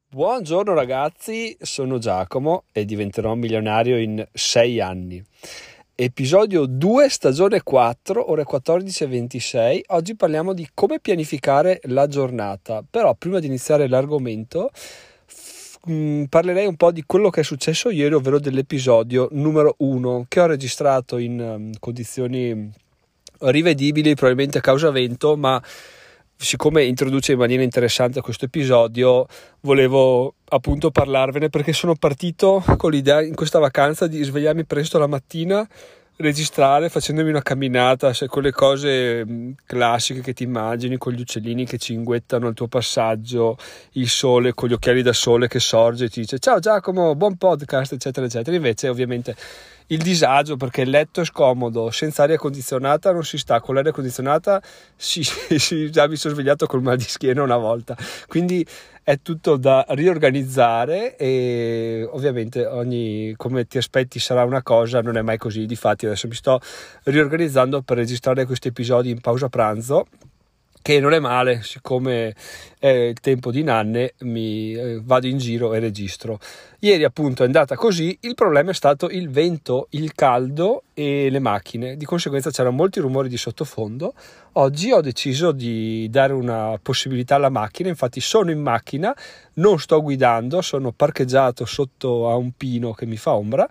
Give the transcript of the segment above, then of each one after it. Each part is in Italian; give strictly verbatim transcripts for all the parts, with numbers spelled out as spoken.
Buongiorno ragazzi, sono Giacomo e diventerò milionario in sei anni. Episodio due, stagione quattro, ore quattordici e ventisei. Oggi parliamo di come pianificare la giornata. Però prima di iniziare l'argomento f- mh, parlerei un po' di quello che è successo ieri, ovvero dell'episodio numero uno che ho registrato in um, condizioni rivedibili, probabilmente a causa vento, ma siccome introduce in maniera interessante questo episodio, volevo appunto parlarvene perché sono partito con l'idea in questa vacanza di svegliarmi presto la mattina, registrare facendomi una camminata, se quelle cose classiche che ti immagini, con gli uccellini che cinguettano al tuo passaggio, il sole con gli occhiali da sole che sorge e ti dice ciao Giacomo, buon podcast, eccetera eccetera. Invece ovviamente il disagio, perché il letto è scomodo, senza aria condizionata non si sta, con l'aria condizionata si, si, già mi sono svegliato col mal di schiena una volta, quindi è tutto da riorganizzare e ovviamente ogni, come ti aspetti sarà una cosa, non è mai così. Difatti adesso mi sto riorganizzando per registrare questi episodi in pausa pranzo, che non è male, siccome è il tempo di nanne mi eh, vado in giro e registro. Ieri appunto è andata così, il problema è stato il vento, il caldo e le macchine, di conseguenza c'erano molti rumori di sottofondo. Oggi ho deciso di dare una possibilità alla macchina, infatti sono in macchina, non sto guidando, sono parcheggiato sotto a un pino che mi fa ombra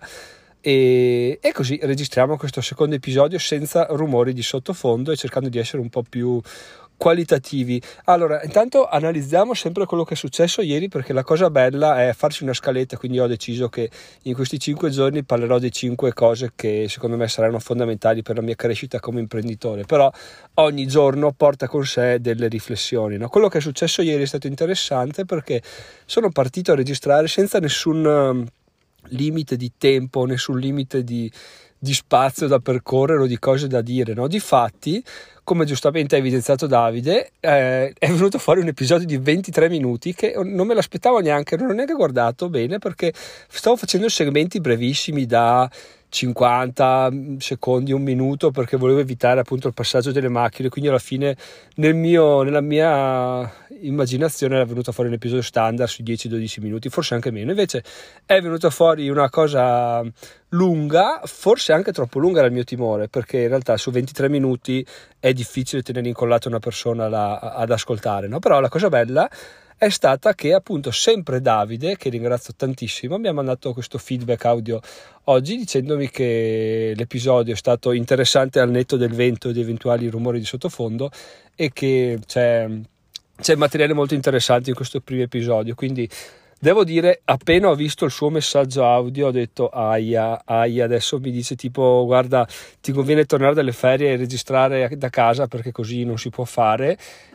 e, e così registriamo questo secondo episodio senza rumori di sottofondo e cercando di essere un po' più qualitativi. Allora, intanto analizziamo sempre quello che è successo ieri, perché la cosa bella è farsi una scaletta, quindi ho deciso che in questi cinque giorni parlerò di cinque cose che secondo me saranno fondamentali per la mia crescita come imprenditore, però ogni giorno porta con sé delle riflessioni, no? Quello che è successo ieri è stato interessante perché sono partito a registrare senza nessun limite di tempo, nessun limite di, di spazio da percorrere o di cose da dire, no? Difatti, come giustamente ha evidenziato Davide, eh, è venuto fuori un episodio di ventitré minuti che non me l'aspettavo neanche, non ho neanche guardato bene perché stavo facendo segmenti brevissimi da cinquanta secondi, un minuto, perché volevo evitare appunto il passaggio delle macchine, quindi alla fine nel mio, nella mia immaginazione era venuto fuori un episodio standard sui dieci dodici minuti, forse anche meno. Invece è venuta fuori una cosa lunga, forse anche troppo lunga era il mio timore, perché in realtà su ventitré minuti è difficile tenere incollata una persona là, ad ascoltare, no? Però la cosa bella è stata che appunto sempre Davide, che ringrazio tantissimo, mi ha mandato questo feedback audio oggi dicendomi che l'episodio è stato interessante al netto del vento e di eventuali rumori di sottofondo e che c'è, c'è materiale molto interessante in questo primo episodio. Quindi devo dire, appena ho visto il suo messaggio audio ho detto aia, aia, adesso mi dice tipo guarda, ti conviene tornare dalle ferie e registrare da casa perché così non si può fare.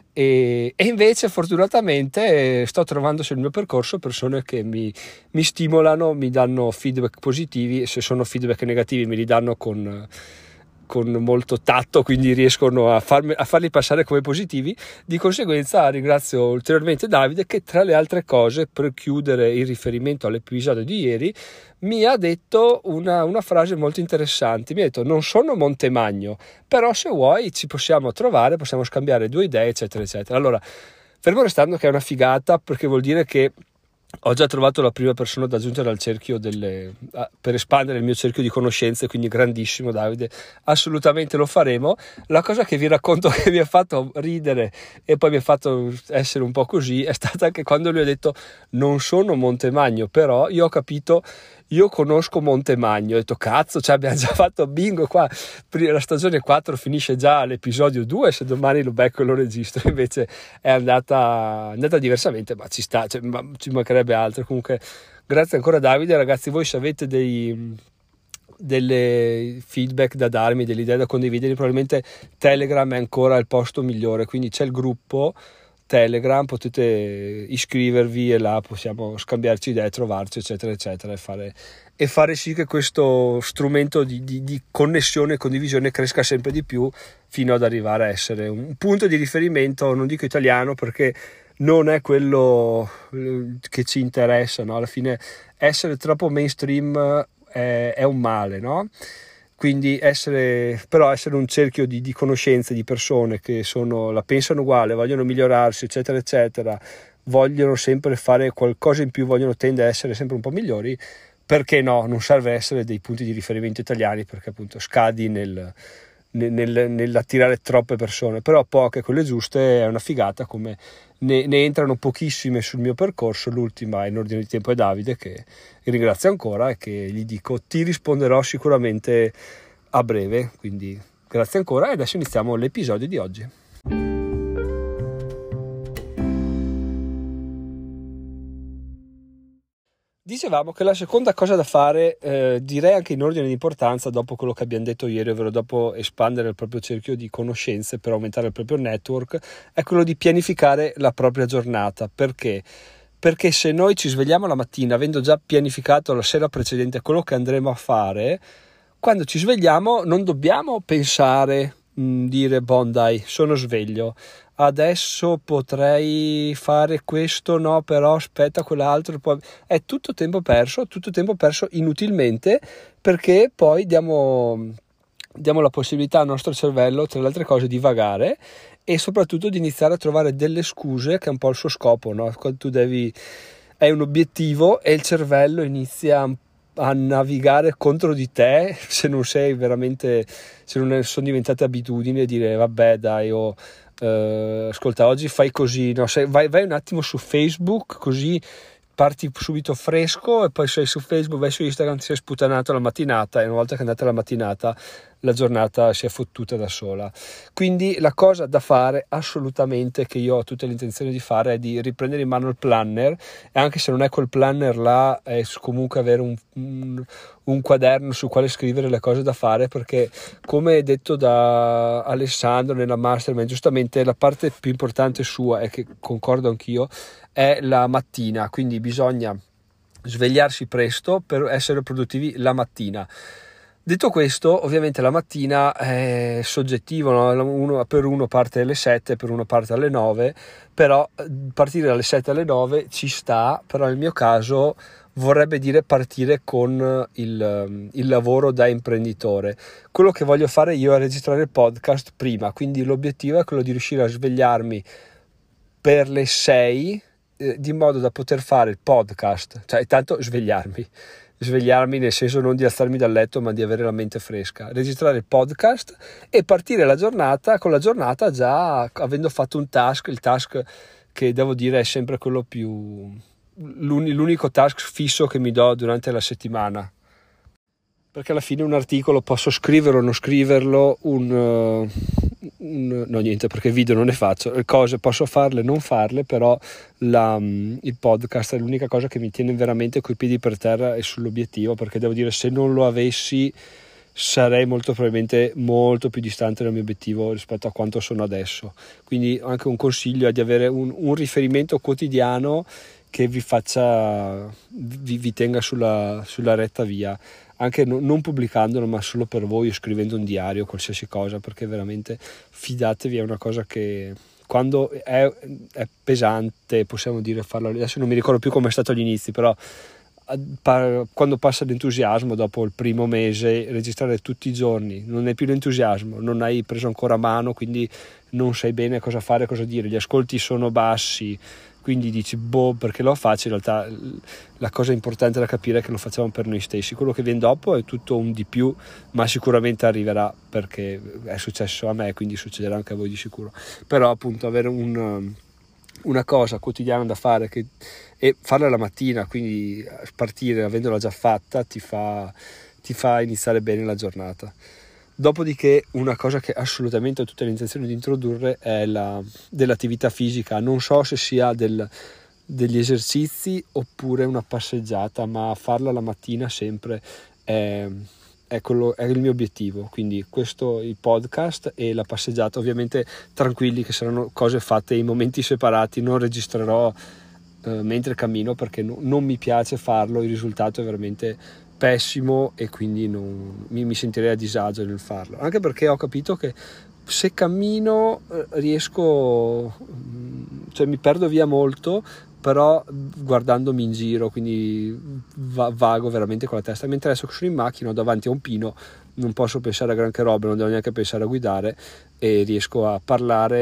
E, e invece fortunatamente sto trovando sul mio percorso persone che mi, mi stimolano, mi danno feedback positivi, e se sono feedback negativi me li danno con, con molto tatto, quindi riescono a, farmi, a farli passare come positivi. Di conseguenza ringrazio ulteriormente Davide che, tra le altre cose, per chiudere il riferimento all'episodio di ieri, mi ha detto una, una frase molto interessante. Mi ha detto: non sono Montemagno, però se vuoi ci possiamo trovare, possiamo scambiare due idee, eccetera eccetera. Allora, fermo restando che è una figata, perché vuol dire che ho già trovato la prima persona da aggiungere al cerchio delle, per espandere il mio cerchio di conoscenze, quindi grandissimo Davide, assolutamente lo faremo. La cosa che vi racconto che mi ha fatto ridere e poi mi ha fatto essere un po' così è stata che quando lui ha detto non sono Montemagno, però io ho capito, io conosco Montemagno, ho detto cazzo, cioè abbiamo già fatto bingo qua, la stagione quattro finisce già all'episodio due, se domani lo becco e lo registro. Invece è andata, è andata diversamente, ma ci sta, cioè, ma ci mancherebbe altro. Comunque grazie ancora Davide. Ragazzi, voi se avete dei delle feedback da darmi, delle idee da condividere, probabilmente Telegram è ancora il posto migliore, quindi c'è il gruppo Telegram, potete iscrivervi e là possiamo scambiarci idee, trovarci eccetera eccetera e fare, e fare sì che questo strumento di, di, di connessione e condivisione cresca sempre di più fino ad arrivare a essere un punto di riferimento, non dico italiano perché non è quello che ci interessa, no? Alla fine essere troppo mainstream è, è un male, no? Quindi essere, però essere un cerchio di, di conoscenze, di persone che sono, la pensano uguale, vogliono migliorarsi, eccetera, eccetera, vogliono sempre fare qualcosa in più, vogliono tendere a essere sempre un po' migliori, perché no, non serve essere dei punti di riferimento italiani, perché appunto scadi nel, nel, nel, nell'attirare troppe persone, però poche, quelle giuste, è una figata, come ne, ne entrano pochissime sul mio percorso. L'ultima in ordine di tempo è Davide, che ringrazio ancora e che gli dico ti risponderò sicuramente a breve, quindi grazie ancora, e adesso iniziamo l'episodio di oggi. Dicevamo che la seconda cosa da fare, eh, direi anche in ordine di importanza, dopo quello che abbiamo detto ieri, ovvero dopo espandere il proprio cerchio di conoscenze per aumentare il proprio network, è quello di pianificare la propria giornata. Perché? Perché se noi ci svegliamo la mattina avendo già pianificato la sera precedente quello che andremo a fare, quando ci svegliamo non dobbiamo pensare, mh, dire bon dai, sono sveglio, adesso potrei fare questo, no, però aspetta quell'altro, poi è tutto tempo perso, tutto tempo perso inutilmente, perché poi diamo, diamo la possibilità al nostro cervello, tra le altre cose, di vagare e soprattutto di iniziare a trovare delle scuse, che è un po' il suo scopo, no? Quando tu devi, hai un obiettivo e il cervello inizia a navigare contro di te, se non sei veramente, se non sono diventate abitudini, e dire vabbè dai, oh, Uh, ascolta, oggi fai così, no? Se vai, vai un attimo su Facebook, così parti subito fresco, e poi sei su Facebook, vai su Instagram, ti sei sputanato la mattinata, e una volta che è andata la mattinata la giornata si è fottuta da sola. Quindi la cosa da fare assolutamente, che io ho tutte le intenzioni di fare, è di riprendere in mano il planner, e anche se non è quel planner là, è comunque avere un, un, un quaderno su quale scrivere le cose da fare, perché come detto da Alessandro nella mastermind, giustamente la parte più importante sua, e che concordo anch'io, è la mattina. Quindi bisogna svegliarsi presto per essere produttivi la mattina. Detto questo, ovviamente la mattina è soggettivo, no? Uno, per uno parte alle sette, per uno parte alle nove, però partire dalle sette alle nove ci sta, però nel mio caso vorrebbe dire partire con il, il lavoro da imprenditore. Quello che voglio fare io è registrare il podcast prima, quindi l'obiettivo è quello di riuscire a svegliarmi per le sei, eh, di modo da poter fare il podcast, cioè tanto svegliarmi. svegliarmi nel senso non di alzarmi dal letto, ma di avere la mente fresca, registrare il podcast e partire la giornata con la giornata già avendo fatto un task, il task che devo dire è sempre quello più l'unico task fisso che mi do durante la settimana, perché alla fine un articolo posso scriverlo o non scriverlo, un, uh, un no niente, perché video non ne faccio, le cose posso farle non farle, però la, il podcast è l'unica cosa che mi tiene veramente coi piedi per terra e sull'obiettivo, perché devo dire, se non lo avessi sarei molto probabilmente molto più distante dal mio obiettivo rispetto a quanto sono adesso. Quindi anche un consiglio è di avere un, un riferimento quotidiano che vi faccia vi, vi tenga sulla, sulla retta via, anche no, non pubblicandolo, ma solo per voi, o scrivendo un diario, qualsiasi cosa, perché veramente fidatevi, è una cosa che quando è, è pesante, possiamo dire, farlo. Adesso non mi ricordo più come è stato agli inizi, però quando passa l'entusiasmo, dopo il primo mese, registrare tutti i giorni non è più l'entusiasmo, non hai preso ancora mano, quindi non sai bene cosa fare, cosa dire, gli ascolti sono bassi, quindi dici boh, perché lo faccio? In realtà la cosa importante da capire è che lo facciamo per noi stessi. Quello che viene dopo è tutto un di più, ma sicuramente arriverà, perché è successo a me, quindi succederà anche a voi di sicuro. Però appunto avere un, una cosa quotidiana da fare, che, e farla la mattina, quindi partire avendola già fatta, ti fa, ti fa iniziare bene la giornata. Dopodiché una cosa che assolutamente ho tutte le intenzioni di introdurre è la dell'attività fisica. Non so se sia del, degli esercizi oppure una passeggiata, ma farla la mattina sempre è, è, quello, è il mio obiettivo. Quindi questo, il podcast e la passeggiata, ovviamente tranquilli che saranno cose fatte in momenti separati, non registrerò eh, mentre cammino, perché no, non mi piace farlo, il risultato è veramente pessimo e quindi non, mi, mi sentirei a disagio nel farlo, anche perché ho capito che se cammino eh, riesco, cioè mi perdo via molto, però guardandomi in giro, quindi va, vago veramente con la testa, mentre adesso che sono in macchina davanti a un pino non posso pensare a granché roba, non devo neanche pensare a guidare e riesco a parlare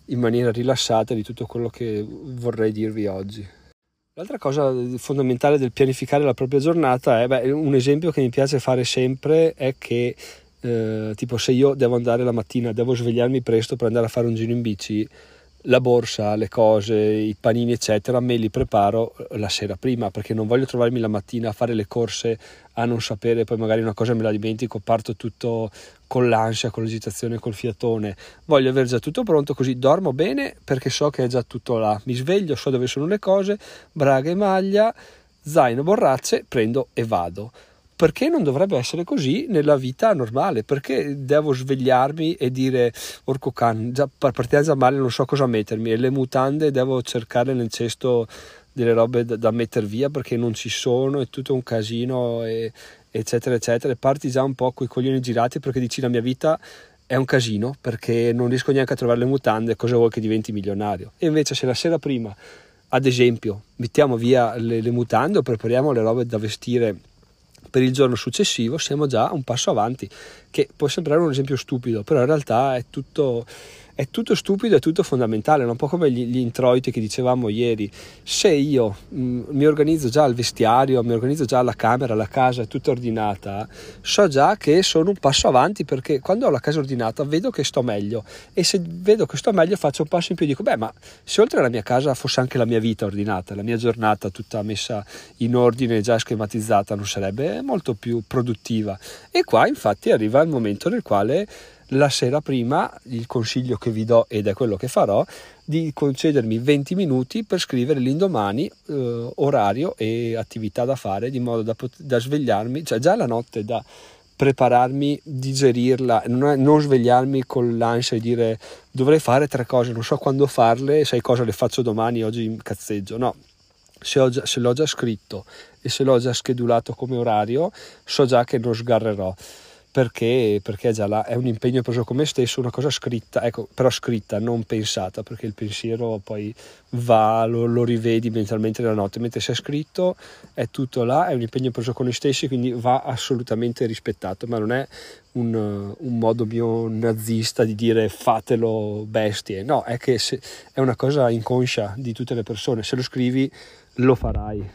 in maniera rilassata di tutto quello che vorrei dirvi oggi. L'altra cosa fondamentale del pianificare la propria giornata è, beh, un esempio che mi piace fare sempre è che eh, tipo se io devo andare la mattina, devo svegliarmi presto per andare a fare un giro in bici, la borsa, le cose, i panini eccetera me li preparo la sera prima, perché non voglio trovarmi la mattina a fare le corse a non sapere, poi magari una cosa me la dimentico, parto tutto con l'ansia, con l'agitazione, col fiatone. Voglio aver già tutto pronto, così dormo bene perché so che è già tutto là, mi sveglio, so dove sono le cose, braga e maglia, zaino, borracce, prendo e vado. Perché non dovrebbe essere così nella vita normale? Perché devo svegliarmi e dire orco can, già partiamo già male, non so cosa mettermi, e le mutande devo cercare nel cesto delle robe da, da metter via perché non ci sono, è tutto un casino e, eccetera eccetera, e parti già un po' coi coglioni girati perché dici la mia vita è un casino perché non riesco neanche a trovare le mutande, cosa vuoi che diventi milionario? E invece se la sera prima, ad esempio, mettiamo via le, le mutande o prepariamo le robe da vestire per il giorno successivo, siamo già un passo avanti, che può sembrare un esempio stupido, però in realtà è tutto, è tutto stupido, è tutto fondamentale, un po' come gli, gli introiti che dicevamo ieri. Se io mh, mi organizzo già il vestiario, mi organizzo già la camera, la casa è tutta ordinata, so già che sono un passo avanti, perché quando ho la casa ordinata vedo che sto meglio, e se vedo che sto meglio faccio un passo in più e dico beh, ma se oltre alla mia casa fosse anche la mia vita ordinata, la mia giornata tutta messa in ordine, già schematizzata, non sarebbe molto più produttiva? E qua infatti arriva il momento nel quale la sera prima, il consiglio che vi do, ed è quello che farò, di concedermi venti minuti per scrivere l'indomani eh, orario e attività da fare, di modo da, pot- da svegliarmi, cioè già la notte, da prepararmi, digerirla, non, è, non svegliarmi con l'ansia e dire dovrei fare tre cose, non so quando farle, sei cosa le faccio domani, oggi cazzeggio. No, se, ho già, se l'ho già scritto e se l'ho già schedulato come orario, so già che non sgarrerò. Perché, perché già là è un impegno preso con me stesso, una cosa scritta, ecco, però scritta, non pensata, perché il pensiero poi va, lo, lo rivedi mentalmente nella notte, mentre se è scritto è tutto là, è un impegno preso con noi stessi, quindi va assolutamente rispettato, ma non è un, un modo mio nazista di dire fatelo bestie, no, è che se, è una cosa inconscia di tutte le persone, se lo scrivi lo farai.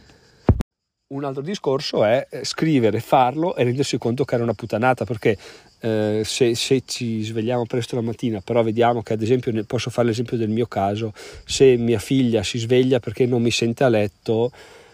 Un altro discorso è scrivere, farlo e rendersi conto che era una puttanata, perché eh, se, se ci svegliamo presto la mattina, però vediamo che, ad esempio, posso fare l'esempio del mio caso, se mia figlia si sveglia perché non mi sente a letto,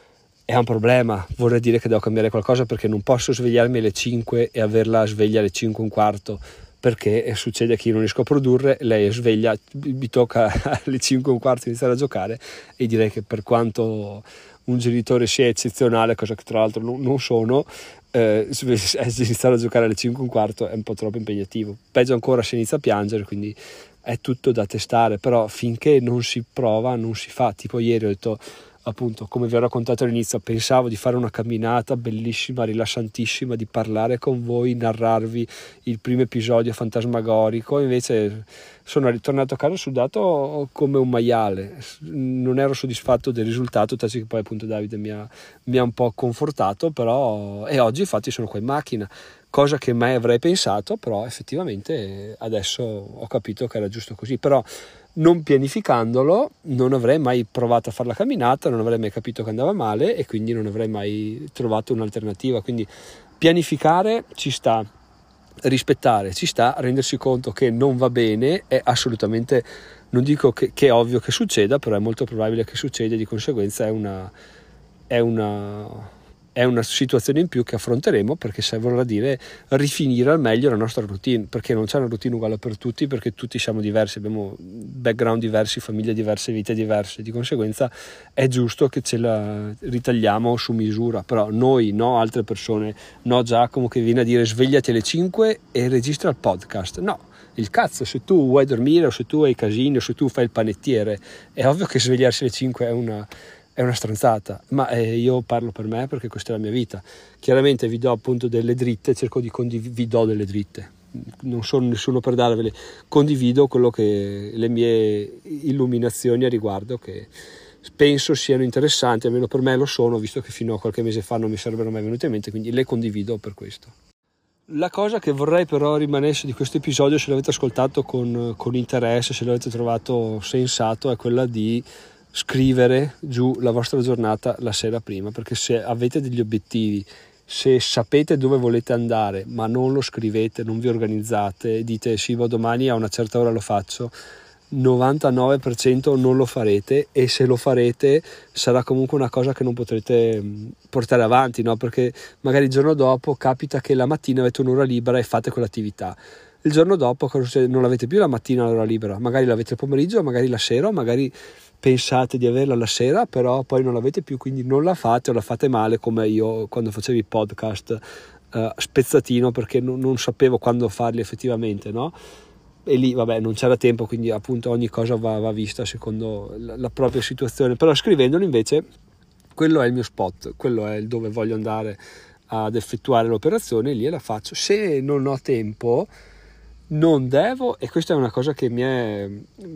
è un problema, vorrei dire che devo cambiare qualcosa, perché non posso svegliarmi alle cinque e averla sveglia alle cinque e un quarto, perché succede che io non riesco a produrre, lei è sveglia, mi tocca alle cinque e un quarto iniziare a giocare, e direi che per quanto un genitore sia eccezionale, cosa che tra l'altro non sono, eh, iniziare a giocare alle cinque e un quarto è un po' troppo impegnativo. Peggio ancora se inizia a piangere, quindi è tutto da testare, però finché non si prova non si fa. Tipo ieri ho detto, appunto, come vi ho raccontato all'inizio, pensavo di fare una camminata bellissima, rilassantissima, di parlare con voi, narrarvi il primo episodio fantasmagorico, invece sono ritornato a casa sudato come un maiale, non ero soddisfatto del risultato, tanto che poi appunto Davide mi ha, mi ha un po' confortato, però, e oggi infatti sono qua in macchina, cosa che mai avrei pensato, però effettivamente adesso ho capito che era giusto così. Però non pianificandolo non avrei mai provato a fare la camminata, non avrei mai capito che andava male e quindi non avrei mai trovato un'alternativa. Quindi pianificare ci sta, rispettare ci sta, rendersi conto che non va bene è assolutamente, non dico che, che è ovvio che succeda, però è molto probabile che succeda, e di conseguenza è una è una è una situazione in più che affronteremo, perché se vorrà dire rifinire al meglio la nostra routine, perché non c'è una routine uguale per tutti, perché tutti siamo diversi, abbiamo background diversi, famiglie diverse, vite diverse, di conseguenza è giusto che ce la ritagliamo su misura. Però noi no, altre persone no, Giacomo che viene a dire svegliati alle cinque e registra il podcast, no, il cazzo, se tu vuoi dormire o se tu hai casini o se tu fai il panettiere, è ovvio che svegliarsi alle cinque è una è una stronzata, ma eh, io parlo per me perché questa è la mia vita. Chiaramente vi do appunto delle dritte, cerco di condividere, vi do delle dritte, non sono nessuno per darvele, condivido quello che le mie illuminazioni a riguardo, che penso siano interessanti, almeno per me lo sono, visto che fino a qualche mese fa non mi sarebbero mai venute in mente, quindi le condivido per questo. La cosa che vorrei però rimanesse di questo episodio, se l'avete ascoltato con, con interesse, se l'avete trovato sensato, è quella di scrivere giù la vostra giornata la sera prima, perché se avete degli obiettivi, se sapete dove volete andare ma non lo scrivete, non vi organizzate, dite sì, domani a una certa ora lo faccio, novantanove per cento non lo farete, e se lo farete sarà comunque una cosa che non potrete portare avanti, no? Perché magari il giorno dopo capita che la mattina avete un'ora libera e fate quell'attività. Il giorno dopo non l'avete più la mattina l'ora libera, magari l'avete il pomeriggio, magari la sera, magari pensate di averla la sera, però poi non l'avete più, quindi non la fate o la fate male, come io quando facevo i podcast uh, spezzatino, perché non, non sapevo quando farli effettivamente, no? E lì vabbè non c'era tempo, quindi appunto ogni cosa va, va vista secondo la, la propria situazione, però scrivendolo invece quello è il mio spot, quello è il dove voglio andare ad effettuare l'operazione, lì la faccio. Se non ho tempo non devo, e questa è una cosa che mi è,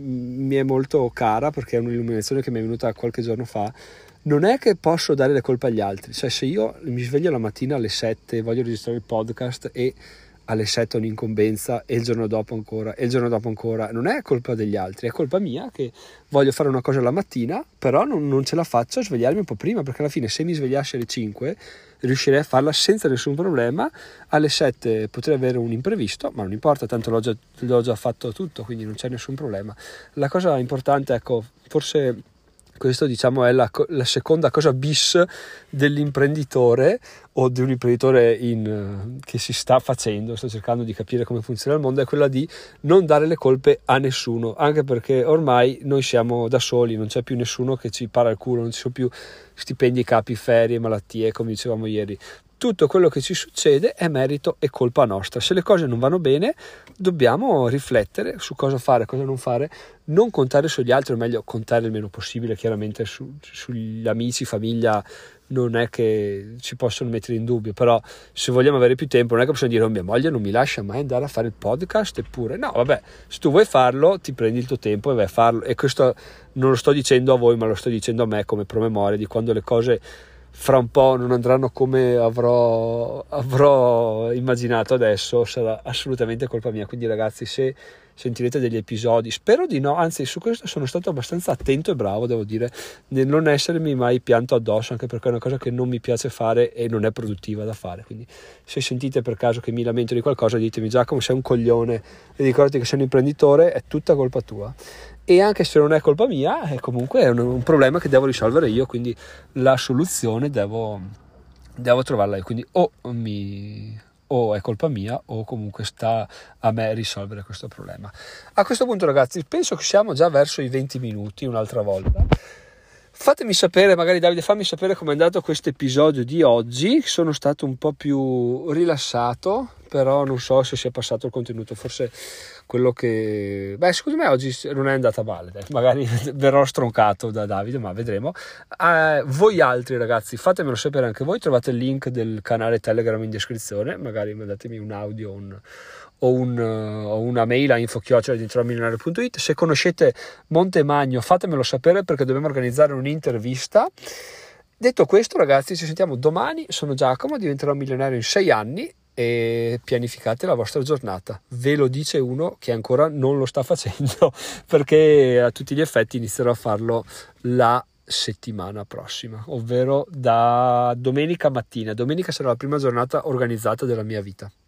mi è molto cara, perché è un'illuminazione che mi è venuta qualche giorno fa, non è che posso dare le colpe agli altri, cioè se io mi sveglio la mattina alle sette, voglio registrare il podcast e alle sette ho un'incombenza e il giorno dopo ancora e il giorno dopo ancora, non è colpa degli altri, è colpa mia che voglio fare una cosa la mattina però non, non ce la faccio a svegliarmi un po' prima, perché alla fine se mi svegliassi alle cinque riuscirei a farla senza nessun problema. Alle sette potrei avere un imprevisto, ma non importa, tanto l'ho già, l'ho già fatto tutto, quindi non c'è nessun problema. La cosa importante, ecco, forse questo diciamo è la, la seconda cosa bis dell'imprenditore o di un imprenditore in, che si sta facendo, sto cercando di capire come funziona il mondo, è quella di non dare le colpe a nessuno, anche perché ormai noi siamo da soli, non c'è più nessuno che ci para il culo, non ci sono più stipendi, capi, ferie, malattie, come dicevamo ieri. Tutto quello che ci succede è merito e colpa nostra. Se le cose non vanno bene dobbiamo riflettere su cosa fare, cosa non fare, non contare sugli altri, o meglio contare il meno possibile, chiaramente su, sugli amici, famiglia non è che ci possono mettere in dubbio, però se vogliamo avere più tempo non è che possiamo dire oh, mia moglie non mi lascia mai andare a fare il podcast, eppure no, vabbè, se tu vuoi farlo ti prendi il tuo tempo e vai a farlo. E questo non lo sto dicendo a voi, ma lo sto dicendo a me come promemoria di quando le cose fra un po' non andranno come avrò, avrò immaginato adesso, sarà assolutamente colpa mia. Quindi ragazzi, se sentirete degli episodi, spero di no, anzi su questo sono stato abbastanza attento e bravo, devo dire, nel non essermi mai pianto addosso, anche perché è una cosa che non mi piace fare e non è produttiva da fare. Quindi se sentite per caso che mi lamento di qualcosa, ditemi Giacomo sei un coglione e ricordati che sei un imprenditore, è tutta colpa tua. E anche se non è colpa mia, è comunque un, un problema che devo risolvere io, quindi la soluzione devo, devo trovarla io. Quindi o, mi, o è colpa mia o comunque sta a me risolvere questo problema. A questo punto ragazzi penso che siamo già verso i venti minuti, un'altra volta. Fatemi sapere, magari Davide, fammi sapere com'è andato questo episodio di oggi. Sono stato un po' più rilassato, però non so se sia passato il contenuto, forse quello che... Beh, secondo me oggi non è andata male, dai. Magari verrò stroncato da Davide, ma vedremo. Eh, voi altri ragazzi, fatemelo sapere anche voi, trovate il link del canale Telegram in descrizione, magari mandatemi un audio un, o, un, o una mail a info chiocciola diventerò milionario punto it. Se conoscete Montemagno fatemelo sapere, perché dobbiamo organizzare un'intervista. Detto questo ragazzi, ci sentiamo domani. Sono Giacomo, diventerò milionario in sei anni e pianificate la vostra giornata. Ve lo dice uno che ancora non lo sta facendo, perché a tutti gli effetti inizierò a farlo la settimana prossima, ovvero da domenica mattina. Domenica sarà la prima giornata organizzata della mia vita.